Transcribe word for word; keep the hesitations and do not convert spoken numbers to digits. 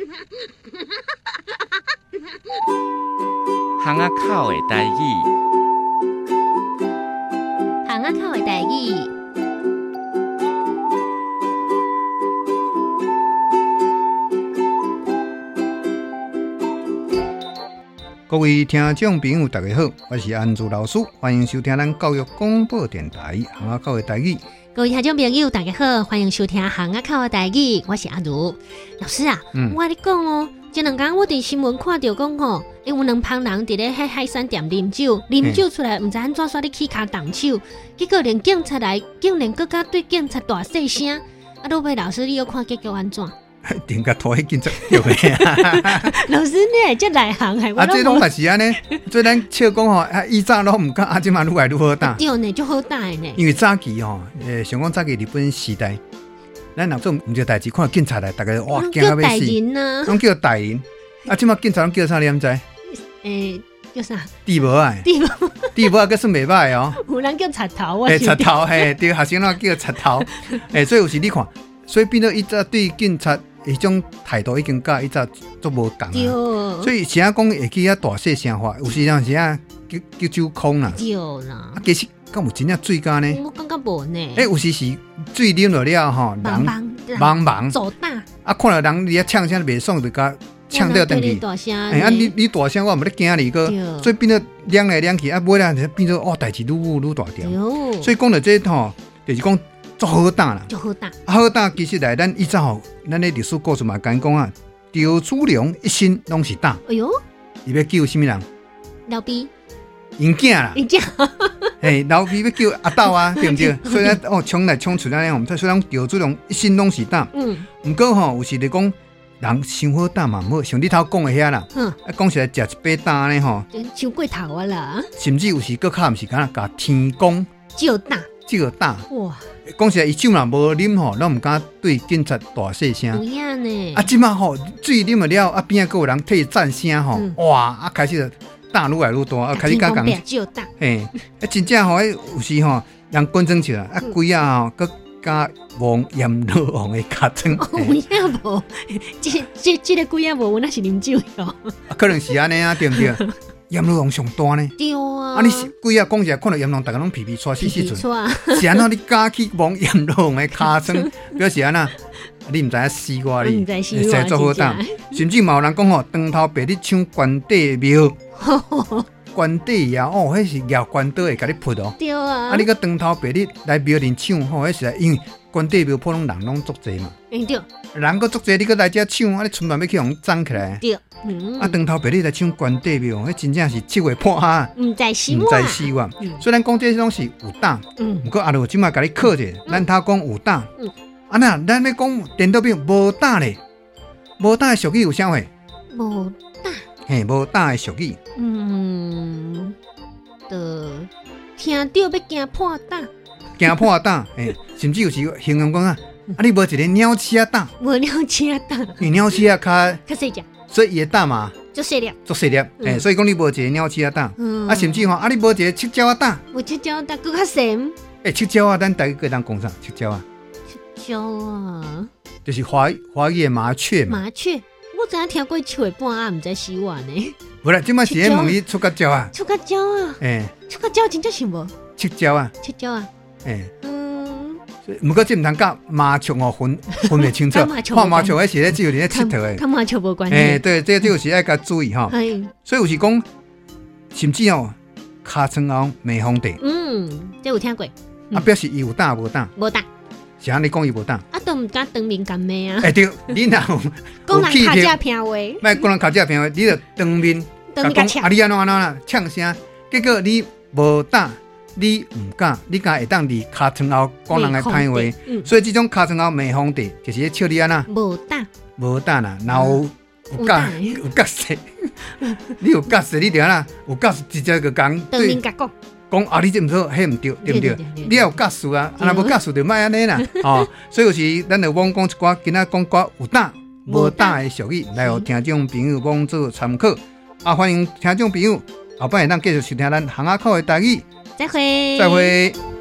巷仔口的台语， 巷仔口的台语。 各位听众朋友大家好，我是安珠老师，欢迎收听咱教育广播电台巷仔口的台语。 各位听众朋友大家好，欢迎收听巷仔口的台语，我是阿如老师啊。嗯、我跟你讲哦，这两天我伫新闻看到讲吼，有两帮人伫咧喺海产店啉酒，啉酒出来唔知安怎煞咧起骹动手，结果连警察来，竟然更加对警察大细声。啊，老贝老师，你有看结果安怎？ 定甲拖去警察局的。 老师，你会这内行的？ 啊，这拢嘛是安尼。所以咱笑讲吼，啊，以早拢唔敢，啊，即嘛愈来愈好打。 对呢，就好打的呢。 因为早期吼，诶，想讲早期日本时代，咱若做唔对代志，看到警察来，大家哇惊到要死。拢叫大人啊，即嘛警察拢叫啥？你毋知？ 诶，叫啥？ 地无啊， 地无， 地无啊，佫算袂歹哦。 有人叫贼头，我诶，贼头嘿，对，学生拢叫贼头。诶，所以有时你看，所以变做伊早对警察。迄种态度已经甲伊早做无共啊，所以时啊讲会记啊大细声话，有时阵时啊叫叫酒空啦， 对啦， 啊其实敢有真正醉咖呢？ 我感觉无呢。 诶、欸，有时是醉啉落了吼，人茫茫走大， 啊看到人你啊唱声袂爽，就甲唱掉登去。诶、欸，啊你你大声我毋咧惊你个，所以变做两来两去啊，尾啦变做哦代志愈愈愈大条。所以讲到这吼，就是讲。做好打啦， 做好打， 好打其实来咱以前吼，咱的历史故事嘛讲讲啊，赵子龙一生拢是打。哎呦，伊要救什么人？ 老毕， 因囝啦， 因囝， 嘿，老毕要救阿斗啊，对不对？所以哦，冲来冲出来咧，我们所以讲赵子龙一生拢是打。嗯，不过吼，有时你讲人伤好打嘛，唔好像你头讲的遐啦。嗯，啊，讲起来食一杯打咧吼， 伤过头啊啦。 甚至有时搁较毋是敢甲天公照打。 这个打哇！讲起来，伊酒若无啉吼，咱毋敢对警察大细声。 有影呢！ 啊，即马吼水啉了，啊边仔佫有人替赞声吼，嗯、哇！啊开始打愈来愈大，啊开始甲讲，嘿，啊真正吼，有时吼人观众笑啦，啊规啊吼，佫加王阎罗王的尻川。 有影无？这这这个规啊无，那是啉酒哟。 啊，可能是安尼啊，对毋对？阎罗王上大呢？ 对啊！ 啊，你规啊讲起来，看到阎罗王，大家拢皮皮喘死死存。是安怎你加去望阎罗王的尻川，表示安那？你毋知影死我你， 会使做好打。甚至嘛有人讲吼，当头白你抢关帝庙，关帝呀哦，迄是摇关刀会甲你扑哦。 对啊！ 啊，你个当头白你来庙里抢吼，迄是因为关帝庙普通人拢足济嘛。 嗯对。 人个足济，你个来遮抢，啊你村民要去互涨起来。对。嗯、啊，当头白你来抢关帝庙，迄真正是七月半哈， 唔知死我， 唔知死我。嗯、虽然讲这种是有打，嗯，不过阿罗即马甲你考者，咱头讲有打，嗯，啊那咱要讲电脑表无打咧，无打的俗语有啥货？ 无打， 嘿，无打的俗语， 嗯，的听到要惊破打， 惊破打，嘿，甚至有时形容讲啊，啊你无一个鸟车打， 无鸟车打， 因鸟车较较细只。 所以伊会打嘛， 足细粒， 足细粒，诶、嗯欸，所以讲你无一个鸟鼠啊打，嗯、啊，甚至吼，啊，你无一个七鸟啊打， 无七鸟打，佫较神。 诶、欸，七鸟啊，咱大家个人讲啥？七鸟啊， 七鸟啊， 就是华华语的麻雀嘛。 麻雀，我知影听过七月半啊，毋知死我呢。 无啦，即摆是咧问你出甲鸟啊， 出甲鸟啊，诶、欸，出甲鸟真正是无？ 七鸟啊， 七鸟啊，诶、欸。 毋过这毋通甲麻雀哦分分袂清楚，看麻雀迄是咧只有咧佚佗诶， 跟麻雀无关系。 诶，对，这就是爱甲注意吼。所以有时讲，甚至哦，尻川后骂皇帝。 嗯，这有听过。 啊，表示伊有打无打？ 无打。 是安尼讲伊无打？ 啊，都毋敢当面干骂啊。 诶，对，你若有讲人骹只平话， 莫讲人骹只平话，你着当面讲啊，你安怎安怎啦，呛声，结果你无打。你唔敢，你敢会当伫尻川后讲人的歹話，嗯、所以這種尻川後罵皇帝，就是咧笑你安那。 無打， 無打啦，然後有假有假勢，你有假勢，你就安那有假勢直接就講對講， 講啊，你這唔好，迄唔對，對唔對？你要有假勢啊，啊，無假勢就莫安尼啦，哦，所以有時咱就往講一寡，今仔講寡有打無打的俗語，來互聽眾朋友往做參考。啊，歡迎聽眾朋友後擺會當繼續收聽咱巷仔口的台語。 再會， 再會。